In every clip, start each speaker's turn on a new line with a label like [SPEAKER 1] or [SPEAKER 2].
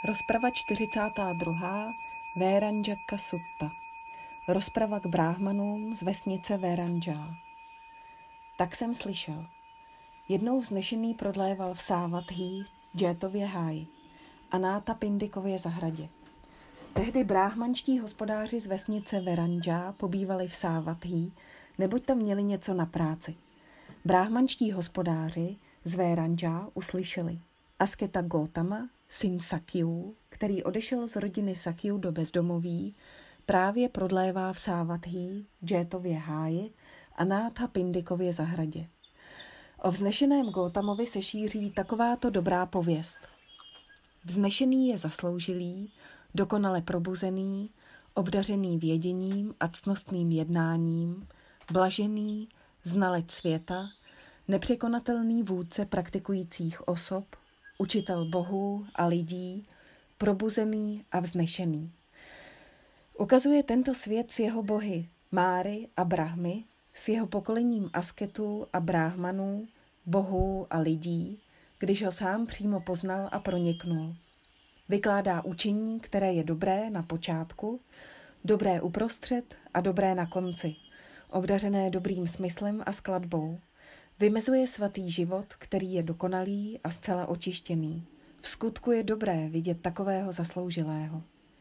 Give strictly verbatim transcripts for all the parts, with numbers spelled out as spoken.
[SPEAKER 1] Rozprava čtyřicátá druhá. Véranjaka sutta. Rozprava k bráhmanům z vesnice Véranjá. Tak jsem slyšel. Jednou vznešený prodléval v Sávatthí, Džétově háji, Anáta Pindikově zahradě. Tehdy bráhmanští hospodáři z vesnice Véranjá pobývali v Sávatthí, neboť tam měli něco na práci. Bráhmanští hospodáři z Véranjá uslyšeli. Asketa Gautama, syn Sakyu, který odešel z rodiny Sakyu do bezdomoví, právě prodlévá v Sávatthí, Džétově háji, Anátha Pindikově zahradě. O vznešeném Gautamovi se šíří takováto dobrá pověst. Vznešený je zasloužilý, dokonale probuzený, obdařený věděním a ctnostným jednáním, blažený, znalec světa, nepřekonatelný vůdce praktikujících osob, učitel bohů a lidí, probuzený a vznešený. Ukazuje tento svět s jeho bohy Máry a Brahmy, s jeho pokolením asketů a bráhmanů, bohů a lidí, když ho sám přímo poznal a proniknul. Vykládá učení, které je dobré na počátku, dobré uprostřed a dobré na konci, obdařené dobrým smyslem a skladbou. Vymezuje svatý život, který je dokonalý a zcela očištěný. V skutku je dobré vidět takového zasloužilého.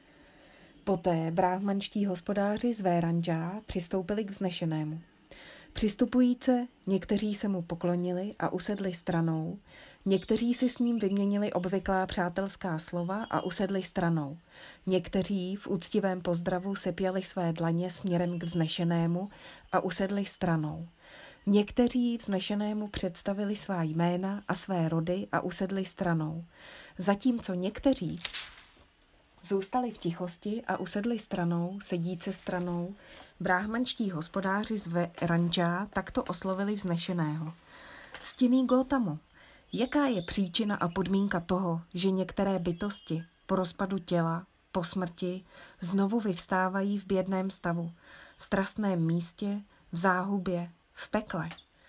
[SPEAKER 1] Poté bráhmanští hospodáři z Véranjá přistoupili k vznešenému. Přistupujíce, někteří se mu poklonili a usedli stranou, někteří si s ním vyměnili obvyklá přátelská slova a usedli stranou. Někteří v úctivém pozdravu sepěli své dlaně směrem k vznešenému a usedli stranou. Někteří vznešenému představili svá jména a své rody a usedli stranou, zatímco někteří zůstali v tichosti a usedli stranou, sedíce stranou. Bráhmanští hospodáři z Véranjá takto oslovili vznešeného. Ctěný Gautamo, jaká je příčina a podmínka toho, že některé bytosti po rozpadu těla, po smrti, znovu vyvstávají v bědném stavu, v strastném místě, v záhubě, v pekle?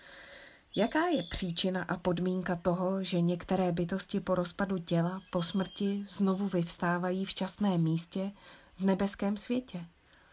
[SPEAKER 1] Jaká je příčina a podmínka toho, že některé bytosti po rozpadu těla, po smrti znovu vyvstávají v šťastném místě, v nebeském světě?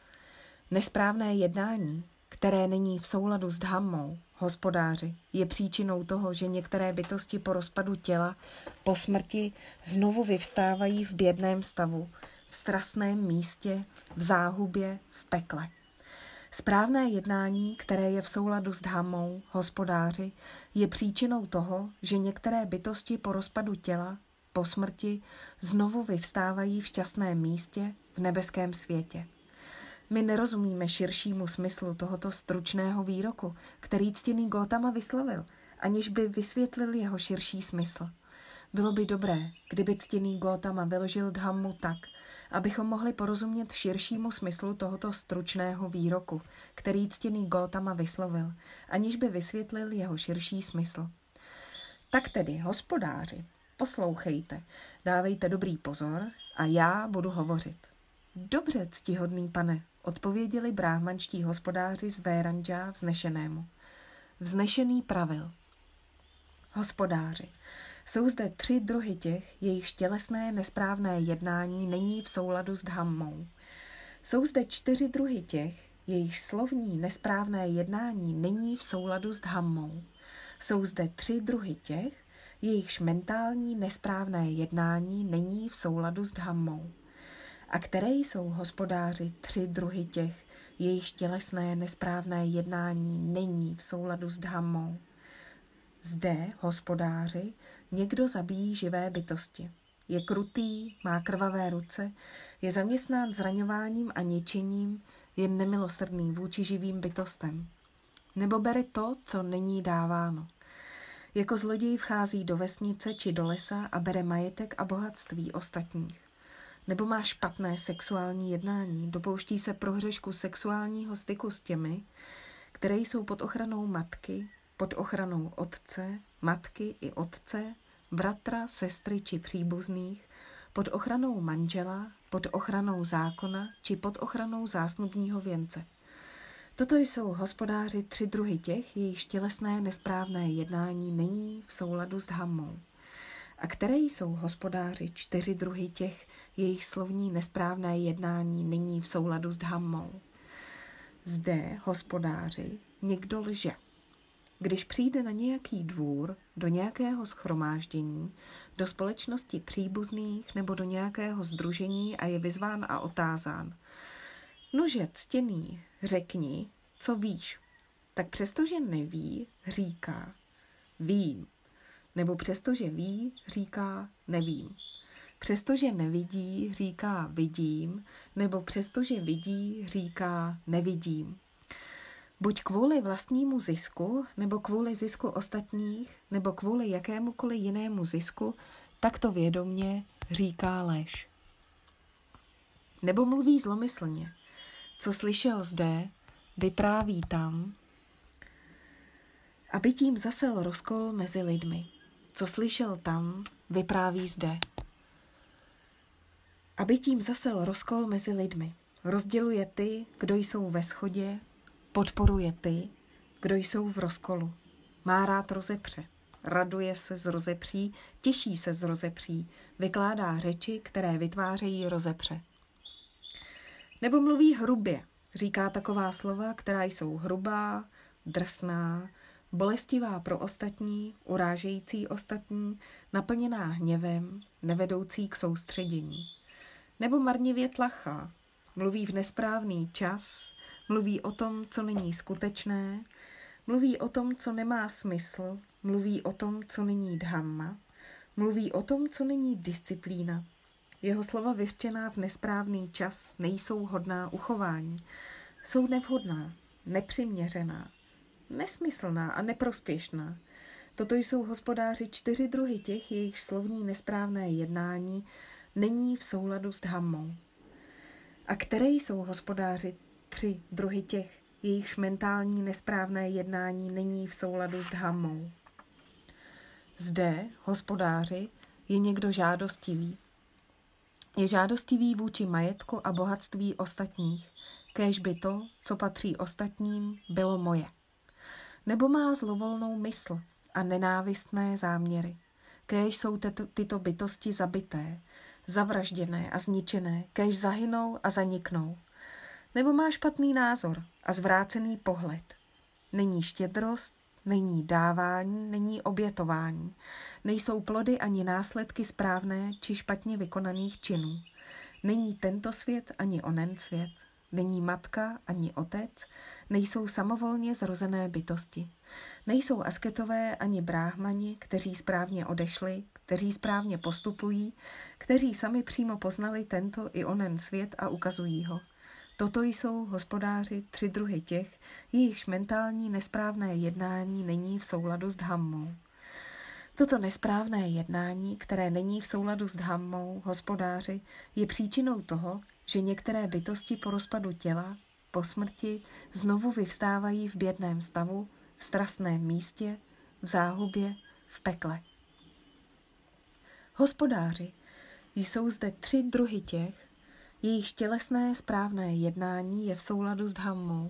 [SPEAKER 1] Nesprávné jednání, které není v souladu s dhammou, hospodáři, je příčinou toho, že některé bytosti po rozpadu těla, po smrti znovu vyvstávají v bědném stavu, v strastném místě, v záhubě, v pekle. Správné jednání, které je v souladu s dhammou, hospodáři, je příčinou toho, že některé bytosti po rozpadu těla, po smrti, znovu vyvstávají v šťastném místě, v nebeském světě. My nerozumíme širšímu smyslu tohoto stručného výroku, který ctěný Gautama vyslovil, aniž by vysvětlil jeho širší smysl. Bylo by dobré, kdyby ctěný Gautama vyložil dhammu tak, abychom mohli porozumět širšímu smyslu tohoto stručného výroku, který ctěný Gautama vyslovil, aniž by vysvětlil jeho širší smysl. Tak tedy, hospodáři, poslouchejte, dávejte dobrý pozor a já budu hovořit. Dobře, ctihodný pane, odpověděli bráhmanští hospodáři z Véranjá vznešenému. Vznešený pravil. Hospodáři, jsou zde tři druhy těch, jejichž tělesné nesprávné jednání není v souladu s dhammou. Jsou zde čtyři druhy těch, jejichž slovní nesprávné jednání není v souladu s dhammou. Jsou zde tři druhy těch, jejichž mentální nesprávné jednání není v souladu s dhammou. A které jsou, hospodáři, tři druhy těch, jejichž tělesné nesprávné jednání není v souladu s dhammou? Zde, hospodáři, někdo zabíjí živé bytosti. Je krutý, má krvavé ruce, je zaměstnán zraňováním a ničením, je nemilosrdný vůči živým bytostem. Nebo bere to, co není dáváno. Jako zloděj vchází do vesnice či do lesa a bere majetek a bohatství ostatních. Nebo má špatné sexuální jednání, dopouští se prohřešku sexuálního styku s těmi, které jsou pod ochranou matky, pod ochranou otce, matky i otce, bratra, sestry či příbuzných, pod ochranou manžela, pod ochranou zákona či pod ochranou zásnubního věnce. Toto jsou, hospodáři, tři druhy těch, jejichž tělesné nesprávné jednání není v souladu s dhammou. A které jsou hospodáři čtyři druhy těch, jejich slovní nesprávné jednání není v souladu s dhammou? Zde, hospodáři, někdo lže. Když přijde na nějaký dvůr, do nějakého shromáždění, do společnosti příbuzných nebo do nějakého sdružení a je vyzván a otázán: Nože, ctěný, řekni, co víš. Tak přestože neví, říká: vím. Nebo přestože ví, říká: nevím. Přestože nevidí, říká: vidím. Nebo přestože vidí, říká: nevidím. Buď kvůli vlastnímu zisku, nebo kvůli zisku ostatních, nebo kvůli jakémukoliv jinému zisku, takto vědomně říká lež. Nebo mluví zlomyslně. Co slyšel zde, vypráví tam, aby tím zasel rozkol mezi lidmi. Co slyšel tam, vypráví zde, aby tím zasel rozkol mezi lidmi. Rozděluje ty, kdo jsou ve shodě, podporuje ty, kdo jsou v rozkolu. Má rád rozepře, raduje se z rozepří, těší se z rozepří, vykládá řeči, které vytvářejí rozepře. Nebo mluví hrubě, říká taková slova, která jsou hrubá, drsná, bolestivá pro ostatní, urážející ostatní, naplněná hněvem, nevedoucí k soustředění. Nebo marnivě tlachá, mluví v nesprávný čas, mluví o tom, co není skutečné, mluví o tom, co nemá smysl, mluví o tom, co není dhamma, mluví o tom, co není disciplína. Jeho slova vyřčená v nesprávný čas nejsou hodná uchování. Jsou nevhodná, nepřiměřená, nesmyslná a neprospěšná. Toto jsou hospodáři čtyři druhy těch, jejichž slovní nesprávné jednání není v souladu s dhammou. A které jsou hospodáři tři druhy těch, jejichž mentální nesprávné jednání není v souladu s dhammou? Zde, hospodáři, je někdo žádostivý. Je žádostivý vůči majetku a bohatství ostatních, kéž by to, co patří ostatním, bylo moje. Nebo má zlovolnou mysl a nenávistné záměry, kéž jsou tyto, tyto bytosti zabité, zavražděné a zničené, kéž zahynou a zaniknou. Nebo má špatný názor a zvrácený pohled. Není štědrost, není dávání, není obětování. Nejsou plody ani následky správné či špatně vykonaných činů. Není tento svět ani onen svět. Není matka ani otec, nejsou samovolně zrozené bytosti. Nejsou asketové ani bráhmani, kteří správně odešli, kteří správně postupují, kteří sami přímo poznali tento i onen svět a ukazují ho. Toto jsou hospodáři tři druhy těch, jejichž mentální nesprávné jednání není v souladu s dhammou. Toto nesprávné jednání, které není v souladu s dhammou, hospodáři, je příčinou toho, že některé bytosti po rozpadu těla, po smrti, znovu vyvstávají v bědném stavu, v strastném místě, v záhubě, v pekle. Hospodáři, jsou zde tři druhy těch, jejich tělesné správné jednání je v souladu s dhammou.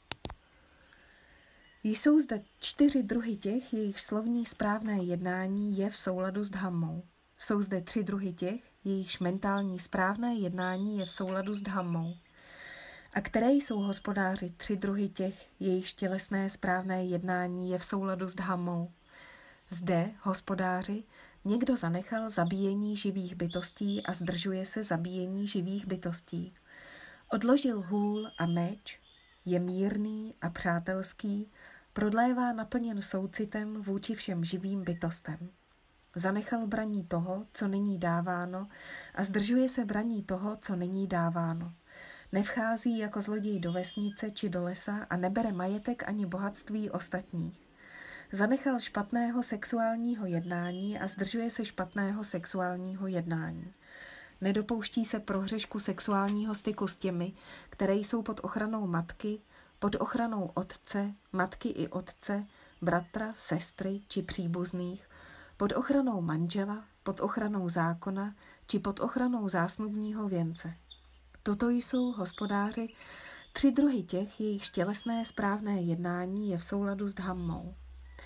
[SPEAKER 1] Jsou zde čtyři druhy těch, jejich slovní správné jednání je v souladu s dhammou. Jsou zde tři druhy těch, jejichž mentální správné jednání je v souladu s dhammou. A které jsou hospodáři tři druhy těch, jejichž tělesné správné jednání je v souladu s dhammou? Zde, hospodáři, někdo zanechal zabíjení živých bytostí a zdržuje se zabíjení živých bytostí. Odložil hůl a meč, je mírný a přátelský, prodlévá naplněn soucitem vůči všem živým bytostem. Zanechal braní toho, co není dáváno, a zdržuje se braní toho, co není dáváno. Nevchází jako zloděj do vesnice či do lesa a nebere majetek ani bohatství ostatních. Zanechal špatného sexuálního jednání a zdržuje se špatného sexuálního jednání. Nedopouští se prohřešku sexuálního styku s těmi, které jsou pod ochranou matky, pod ochranou otce, matky i otce, bratra, sestry či příbuzných, pod ochranou manžela, pod ochranou zákona či pod ochranou zásnubního věnce. Toto jsou hospodáři tři druhy těch, jejichž tělesné správné jednání je v souladu s dhammou.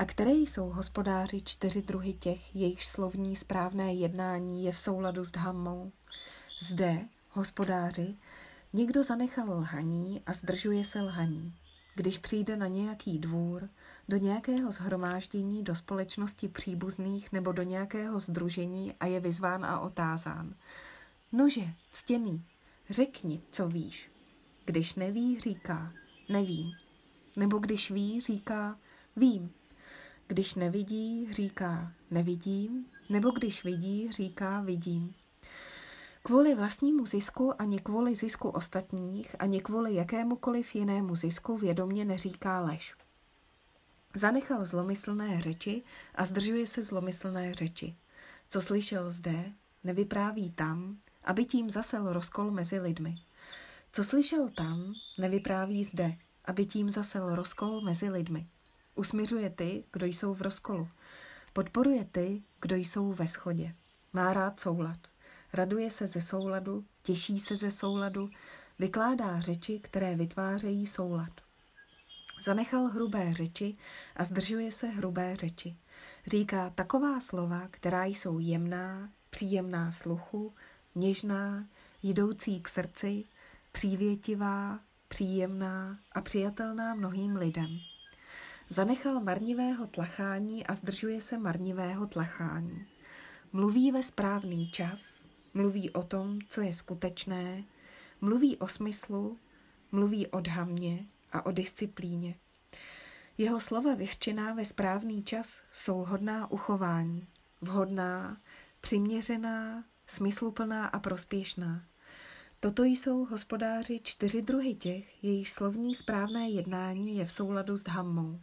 [SPEAKER 1] A které jsou hospodáři čtyři druhy těch, jejichž slovní správné jednání je v souladu s dhammou? Zde, hospodáři, někdo zanechal lhaní a zdržuje se lhaní. Když přijde na nějaký dvůr, do nějakého shromáždění, do společnosti příbuzných nebo do nějakého sdružení a je vyzván a otázán. Nože, ctěný, řekni, co víš. Když neví, říká, nevím. Nebo když ví, říká, vím. Když nevidí, říká, nevidím. Nebo když vidí, říká, vidím. Kvůli vlastnímu zisku ani kvůli zisku ostatních ani kvůli jakémukoliv jinému zisku vědomě neříká lež. Zanechal zlomyslné řeči a zdržuje se zlomyslné řeči. Co slyšel zde, nevypráví tam, aby tím zasel rozkol mezi lidmi. Co slyšel tam, nevypráví zde, aby tím zasel rozkol mezi lidmi. Usmiřuje ty, kdo jsou v rozkolu. Podporuje ty, kdo jsou ve shodě. Má rád soulad. Raduje se ze souladu, těší se ze souladu, vykládá řeči, které vytvářejí soulad. Zanechal hrubé řeči a zdržuje se hrubé řeči. Říká taková slova, která jsou jemná, příjemná sluchu, něžná, jdoucí k srdci, přívětivá, příjemná a přijatelná mnohým lidem. Zanechal marnivého tlachání a zdržuje se marnivého tlachání. Mluví ve správný čas, mluví o tom, co je skutečné, mluví o smyslu, mluví o dhammě a o disciplíně. Jeho slova vyřčená ve správný čas jsou hodná uchování, vhodná, přiměřená, smysluplná a prospěšná. Toto jsou hospodáři čtyři druhy těch, jejichž slovní správné jednání je v souladu s dhammou.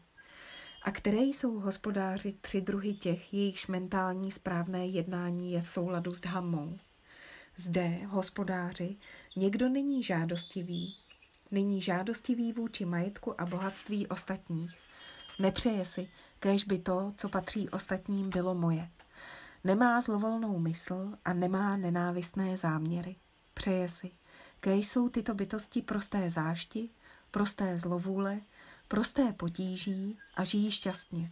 [SPEAKER 1] A které jsou hospodáři tři druhy těch, jejichž mentální správné jednání je v souladu s dhammou. Zde, hospodáři, někdo není žádostivý. Není žádostivý vůči majetku a bohatství ostatních. Nepřeje si, kéž by to, co patří ostatním, bylo moje. Nemá zlovolnou mysl a nemá nenávistné záměry. Přeje si, kéž jsou tyto bytosti prosté zášti, prosté zlovůle, prosté potíží a žijí šťastně.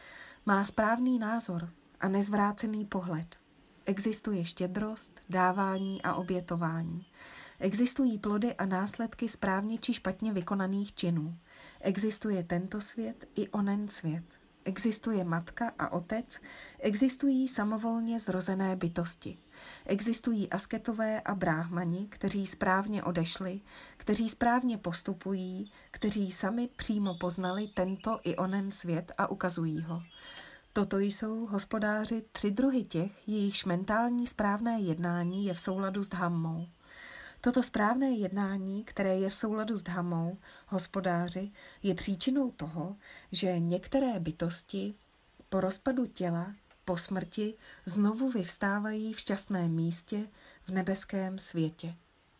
[SPEAKER 1] Má správný názor a nezvrácený pohled. Existuje štědrost, dávání a obětování. Existují plody a následky správně či špatně vykonaných činů. Existuje tento svět i onen svět. Existuje matka a otec, existují samovolně zrozené bytosti. Existují asketové a bráhmani, kteří správně odešli, kteří správně postupují, kteří sami přímo poznali tento i onen svět a ukazují ho. Toto jsou hospodáři tři druhy těch, jejichž mentální správné jednání je v souladu s dhammou. Toto správné jednání, které je v souladu s dhammou, hospodáři, je příčinou toho, že některé bytosti po rozpadu těla, po smrti, znovu vyvstávají v šťastném místě v nebeském světě.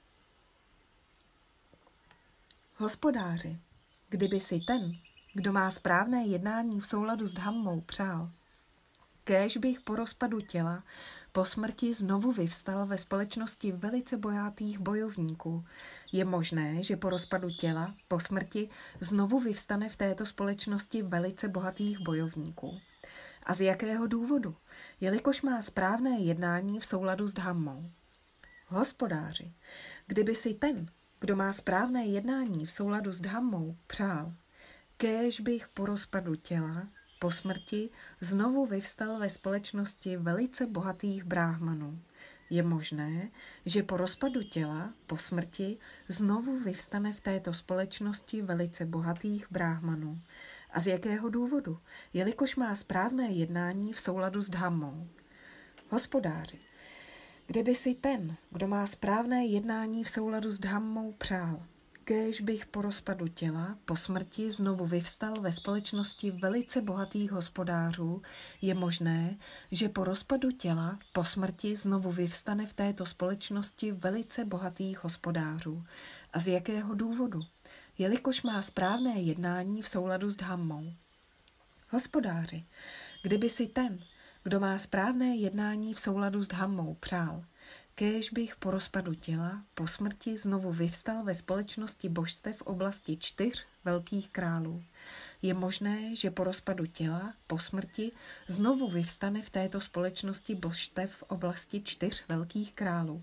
[SPEAKER 1] Hospodáři, kdyby si ten, kdo má správné jednání v souladu s dhammou, přál, kéž bych po rozpadu těla, po smrti znovu vyvstal ve společnosti velice bojatých bojovníků. Je možné, že po rozpadu těla, po smrti, znovu vyvstane v této společnosti velice bohatých bojovníků. A z jakého důvodu? Jelikož má správné jednání v souladu s dhammou. Hospodáři, kdyby si ten, kdo má správné jednání v souladu s dhammou, přál, kéž bych po rozpadu těla, po smrti znovu vyvstal ve společnosti velice bohatých bráhmanů. Je možné, že po rozpadu těla, po smrti, znovu vyvstane v této společnosti velice bohatých bráhmanů. A z jakého důvodu? Jelikož má správné jednání v souladu s dhammou. Hospodáři, kdyby si ten, kdo má správné jednání v souladu s dhammou, přál, kéž bych po rozpadu těla, po smrti znovu vyvstal ve společnosti velice bohatých hospodářů, je možné, že po rozpadu těla, po smrti znovu vyvstane v této společnosti velice bohatých hospodářů. A z jakého důvodu? Jelikož má správné jednání v souladu s dhammou. Hospodáři, kdyby si ten, kdo má správné jednání v souladu s dhammou, přál, Kéž bych po rozpadu těla po smrti znovu vyvstal ve společnosti božstev v oblasti čtyř velkých králů. Je možné, že po rozpadu těla po smrti znovu vyvstane v této společnosti božstev v oblasti čtyř velkých králů.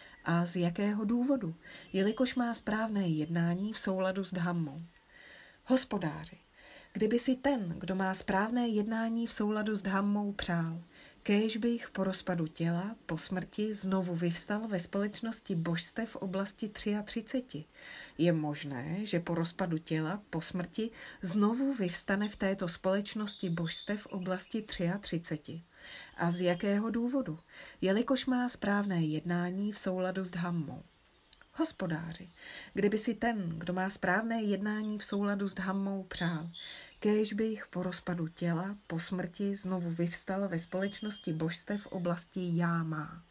[SPEAKER 1] A z jakého důvodu? Jelikož má správné jednání v souladu s dhammou. Hospodáři, kdyby si ten, kdo má správné jednání v souladu s dhammou, přál, kéž bych po rozpadu těla po smrti znovu vyvstal ve společnosti božstev v oblasti třicet tři. Je možné, že po rozpadu těla po smrti znovu vyvstane v této společnosti božstev v oblasti třicet tři. A z jakého důvodu? Jelikož má správné jednání v souladu s dhammou. Hospodáři, kdyby si ten, kdo má správné jednání v souladu s dhammou, přál, kéž bych po rozpadu těla po smrti znovu vyvstal ve společnosti božstev v oblasti jáma.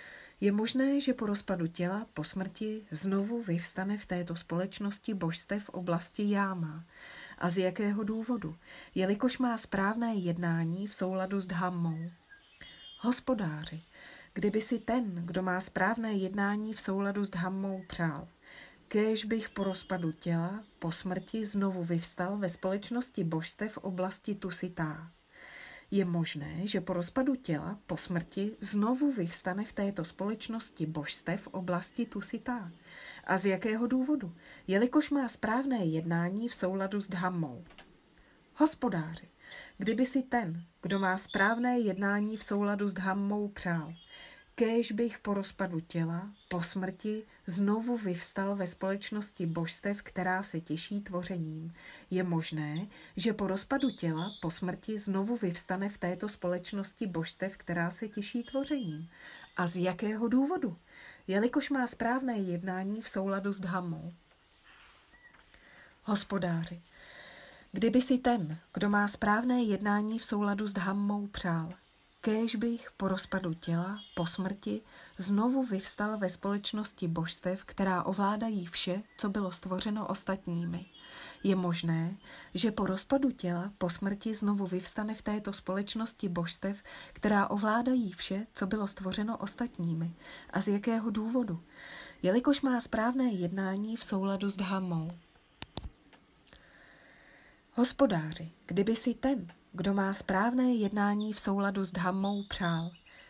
[SPEAKER 1] Je možné, že po rozpadu těla po smrti znovu vyvstane v této společnosti božstev v oblasti jáma. A z jakého důvodu? Jelikož má správné jednání v souladu s dhammou. Hospodáři, kdyby si ten, kdo má správné jednání v souladu s dhammou, přál, kéž bych po rozpadu těla po smrti znovu vyvstal ve společnosti božstev v oblasti tusitá. Je možné, že po rozpadu těla po smrti znovu vyvstane v této společnosti božstev v oblasti tusitá. A z jakého důvodu? Jelikož má správné jednání v souladu s dhammou. Hospodáři, kdyby si ten, kdo má správné jednání v souladu s dhammou, přál, kéž bych po rozpadu těla po smrti znovu vyvstal ve společnosti božstev, která se těší tvořením. Je možné, že po rozpadu těla po smrti znovu vyvstane v této společnosti božstev, která se těší tvořením. A z jakého důvodu? Jelikož má správné jednání v souladu s dhammou. Hospodáři, kdyby si ten, kdo má správné jednání v souladu s dhammou, přál, kéž bych po rozpadu těla po smrti znovu vyvstal ve společnosti božstev, která ovládají vše, co bylo stvořeno ostatními. Je možné, že po rozpadu těla po smrti znovu vyvstane v této společnosti božstev, která ovládají vše, co bylo stvořeno ostatními. A z jakého důvodu? Jelikož má správné jednání v souladu s dhammou. Hospodáři, kdyby si ten, kdo má správné jednání v souladu s dhammou, přál,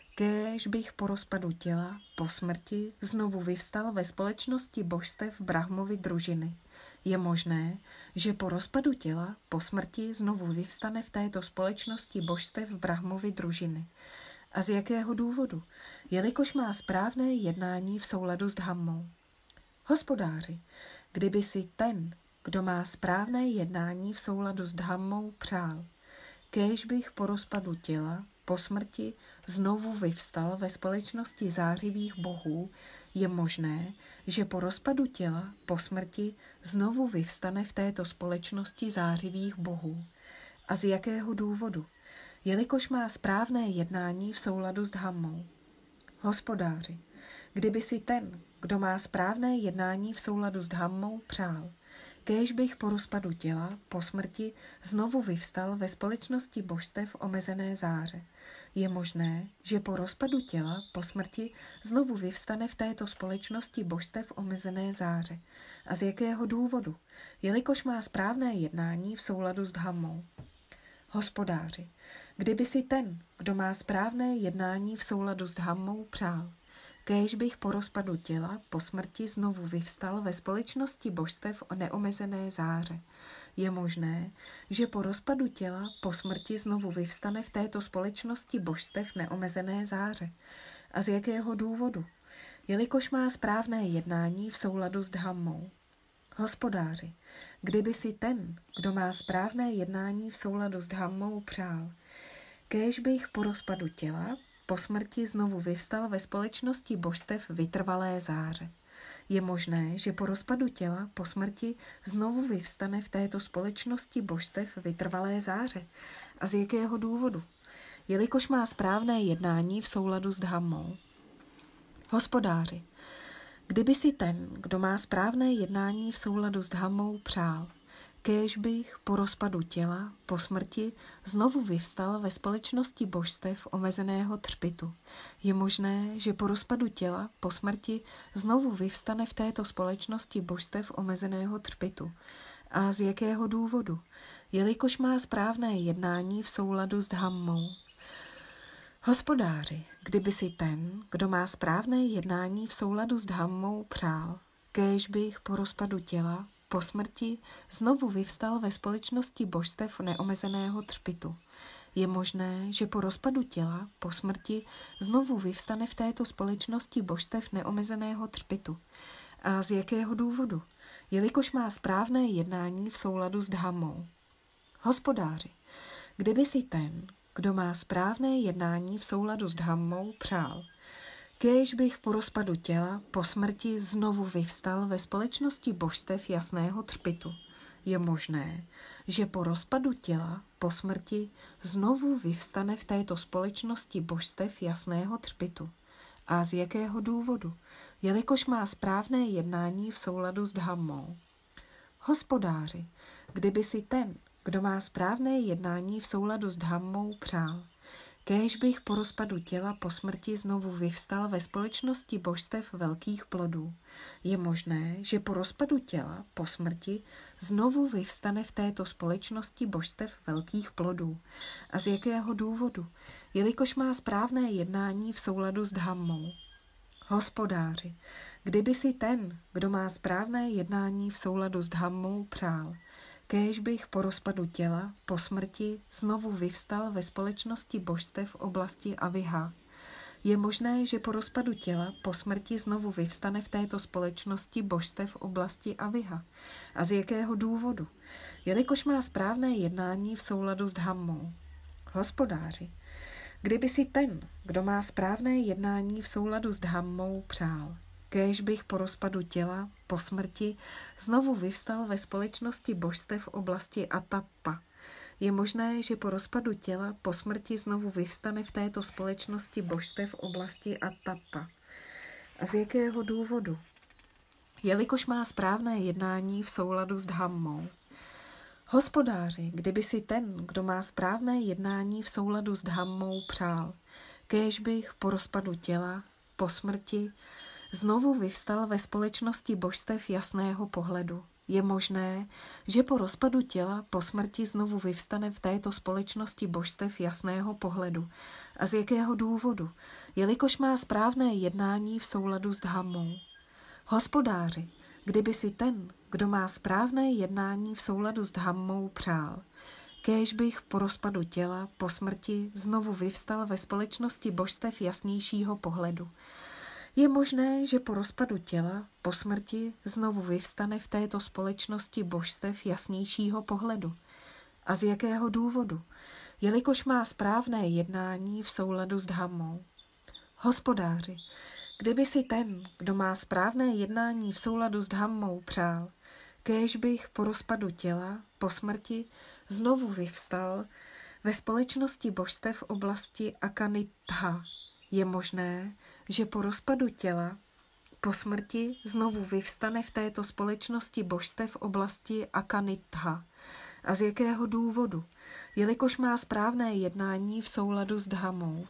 [SPEAKER 1] kéž bych po rozpadu těla po smrti znovu vyvstal ve společnosti božstev Brahmovy družiny. Je možné, že po rozpadu těla po smrti znovu vyvstane v této společnosti božstev Brahmovy družiny. A z jakého důvodu? Jelikož má správné jednání v souladu s dhammou. Hospodáři, kdyby si ten, kdo má správné jednání v souladu s dhammou, přál, kéž bych po rozpadu těla po smrti znovu vyvstal ve společnosti zářivých bohů, je možné, že po rozpadu těla po smrti znovu vyvstane v této společnosti zářivých bohů. A z jakého důvodu? Jelikož má správné jednání v souladu s dhammou. Hospodáři, kdyby si ten, kdo má správné jednání v souladu s dhammou, přál, kéž bych po rozpadu těla po smrti znovu vyvstal ve společnosti božstev omezené záře. Je možné, že po rozpadu těla po smrti znovu vyvstane v této společnosti božstev omezené záře. A z jakého důvodu? Jelikož má správné jednání v souladu s dhammou. Hospodáři, kdyby si ten, kdo má správné jednání v souladu s dhammou, přál, kéž bych po rozpadu těla po smrti znovu vyvstal ve společnosti božstev o neomezené záře. Je možné, že po rozpadu těla po smrti znovu vyvstane v této společnosti božstev neomezené záře. A z jakého důvodu? Jelikož má správné jednání v souladu s dhammou. Hospodáři, kdyby si ten, kdo má správné jednání v souladu s dhammou, přál, kéž bych po rozpadu těla po smrti znovu vyvstal ve společnosti božstev vytrvalé záře. Je možné, že po rozpadu těla po smrti znovu vyvstane v této společnosti božstev vytrvalé záře. A z jakého důvodu? Jelikož má správné jednání v souladu s dhammou. Hospodáři, kdyby si ten, kdo má správné jednání v souladu s dhammou, přál, kéž bych po rozpadu těla, po smrti, znovu vyvstal ve společnosti božstev omezeného třpitu. Je možné, že po rozpadu těla, po smrti, znovu vyvstane v této společnosti božstev omezeného třpitu. A z jakého důvodu? Jelikož má správné jednání v souladu s dhammou. Hospodáři, kdyby si ten, kdo má správné jednání v souladu s dhammou, přál, kéž bych po rozpadu těla, po smrti, znovu vyvstal ve společnosti božstev neomezeného třpitu. Je možné, že po rozpadu těla, po smrti, znovu vyvstane v této společnosti božstev neomezeného třpitu. A z jakého důvodu? Jelikož má správné jednání v souladu s dhammou. Hospodáři, kdyby si ten, kdo má správné jednání v souladu s dhammou, přál, kéž bych po rozpadu těla, po smrti znovu vyvstal ve společnosti božstev jasného třpitu. Je možné, že po rozpadu těla, po smrti znovu vyvstane v této společnosti božstev jasného třpitu. A z jakého důvodu? Jelikož má správné jednání v souladu s dhammou. Hospodáři, kdyby si ten, kdo má správné jednání v souladu s dhammou, přál, kéž bych po rozpadu těla, po smrti znovu vyvstal ve společnosti božstev velkých plodů. Je možné, že po rozpadu těla, po smrti znovu vyvstane v této společnosti božstev velkých plodů. A z jakého důvodu? Jelikož má správné jednání v souladu s dhammou. Hospodáři, kdyby si ten, kdo má správné jednání v souladu s dhammou, přál, kéž bych po rozpadu těla, po smrti znovu vyvstal ve společnosti božstev v oblasti Aviha. Je možné, že po rozpadu těla, po smrti znovu vyvstane v této společnosti božstev v oblasti Aviha. A z jakého důvodu? Jelikož má správné jednání v souladu s dhammou. Hospodáři, kdyby si ten, kdo má správné jednání v souladu s dhammou, přál, kéž bych po rozpadu těla, po smrti, znovu vyvstal ve společnosti božstev v oblasti Atapa. Je možné, že po rozpadu těla, po smrti znovu vyvstane v této společnosti božstev v oblasti Atapa. A z jakého důvodu? Jelikož má správné jednání v souladu s dhammou. Hospodáři, kdyby si ten, kdo má správné jednání v souladu s dhammou, přál, kéž bych po rozpadu těla, po smrti, znovu vyvstal ve společnosti božstev jasného pohledu. Je možné, že po rozpadu těla, po smrti znovu vyvstane v této společnosti božstev jasného pohledu. A z jakého důvodu? Jelikož má správné jednání v souladu s dhammou. Hospodáři, kdyby si ten, kdo má správné jednání v souladu s dhammou, přál, kéž bych po rozpadu těla, po smrti znovu vyvstal ve společnosti božstev jasnějšího pohledu. Je možné, že po rozpadu těla, po smrti znovu vyvstane v této společnosti božstev jasnějšího pohledu. A z jakého důvodu? Jelikož má správné jednání v souladu s dhammou. Hospodáři, kdyby si ten, kdo má správné jednání v souladu s dhammou, přál, kéž bych po rozpadu těla, po smrti znovu vyvstal ve společnosti božstev v oblasti Akanitha. Je možné, že po rozpadu těla, po smrti znovu vyvstane v této společnosti božstev v oblasti Akanitha. A z jakého důvodu? Jelikož má správné jednání v souladu s dhammou.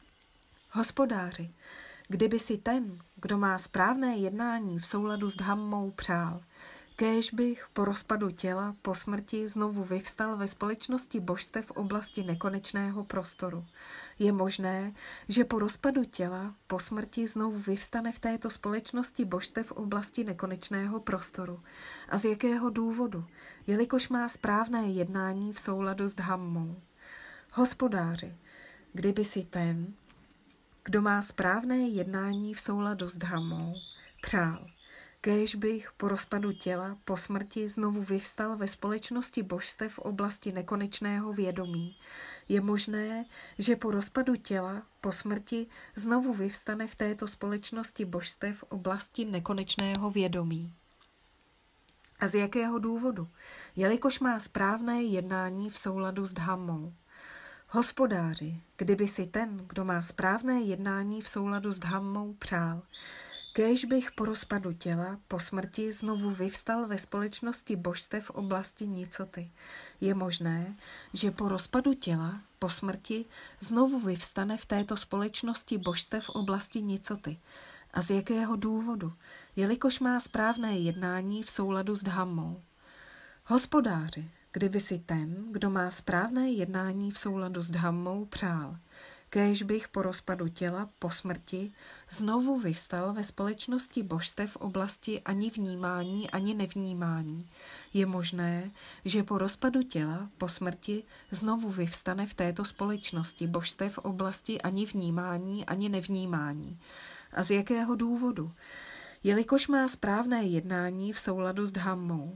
[SPEAKER 1] Hospodáři, kdyby si ten, kdo má správné jednání v souladu s dhammou, přál, kéž bych po rozpadu těla, po smrti znovu vyvstal ve společnosti božstev v oblasti nekonečného prostoru. Je možné, že po rozpadu těla, po smrti znovu vyvstane v této společnosti božstev v oblasti nekonečného prostoru. A z jakého důvodu? Jelikož má správné jednání v souladu s dhammou. Hospodáři, kdyby si ten, kdo má správné jednání v souladu s dhammou, přál, kéž bych po rozpadu těla, po smrti znovu vyvstal ve společnosti božstev v oblasti nekonečného vědomí. Je možné, že po rozpadu těla, po smrti znovu vyvstane v této společnosti božstev v oblasti nekonečného vědomí. A z jakého důvodu? Jelikož má správné jednání v souladu s dhammou. Hospodáři, kdyby si ten, kdo má správné jednání v souladu s dhammou, přál, Kéž bych po rozpadu těla, po smrti znovu vyvstal ve společnosti božstev v oblasti nicoty. Je možné, že po rozpadu těla, po smrti znovu vyvstane v této společnosti božstev v oblasti nicoty. A z jakého důvodu? Jelikož má správné jednání v souladu s dhammou. Hospodáři, kdyby si ten, kdo má správné jednání v souladu s dhammou, přál, kéž bych po rozpadu těla, po smrti, znovu vyvstal ve společnosti božstev v oblasti ani vnímání, ani nevnímání. Je možné, že po rozpadu těla, po smrti, znovu vyvstane v této společnosti božstev v oblasti ani vnímání, ani nevnímání. A z jakého důvodu? Jelikož má správné jednání v souladu s dhammou.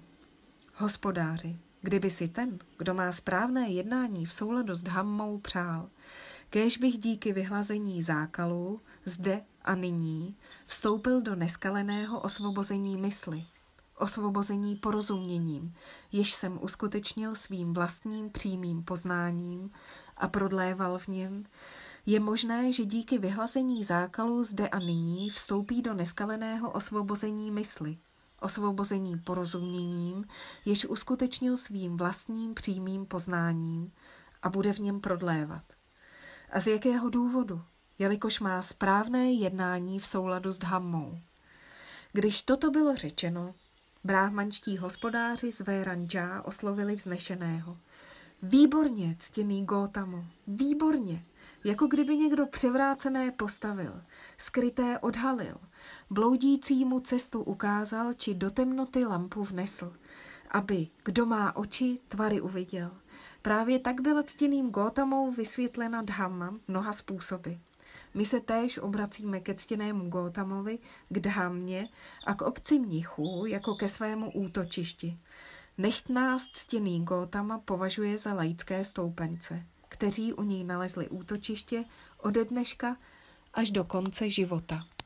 [SPEAKER 1] Hospodáři, kdyby si ten, kdo má správné jednání v souladu s dhammou, přál, kéž bych díky vyhlazení zákalů, zde a nyní, vstoupil do neskaleného osvobození mysli, osvobození porozuměním, jež jsem uskutečnil svým vlastním přímým poznáním a prodléval v něm, je možné, že díky vyhlazení zákalů zde a nyní vstoupí do neskaleného osvobození mysli, osvobození porozuměním, jež uskutečnil svým vlastním přímým poznáním a bude v něm prodlévat. A z jakého důvodu? Jelikož má správné jednání v souladu s dhammou. Když toto bylo řečeno, bráhmanští hospodáři z Vérandžá oslovili vznešeného. Výborně, ctěný Gótamo, výborně, jako kdyby někdo převrácené postavil, skryté odhalil, bloudícímu cestu ukázal, či do temnoty lampu vnesl, aby, kdo má oči, tvary uviděl. Právě tak byla ctěným Gótamou vysvětlena dhamma mnoha způsoby. My se též obracíme ke ctěnému Gótamovi, k dhammě a k obci mnichů jako ke svému útočišti. Nechť nás ctěný Gótama považuje za laické stoupence, kteří u něj nalezli útočiště ode dneška až do konce života.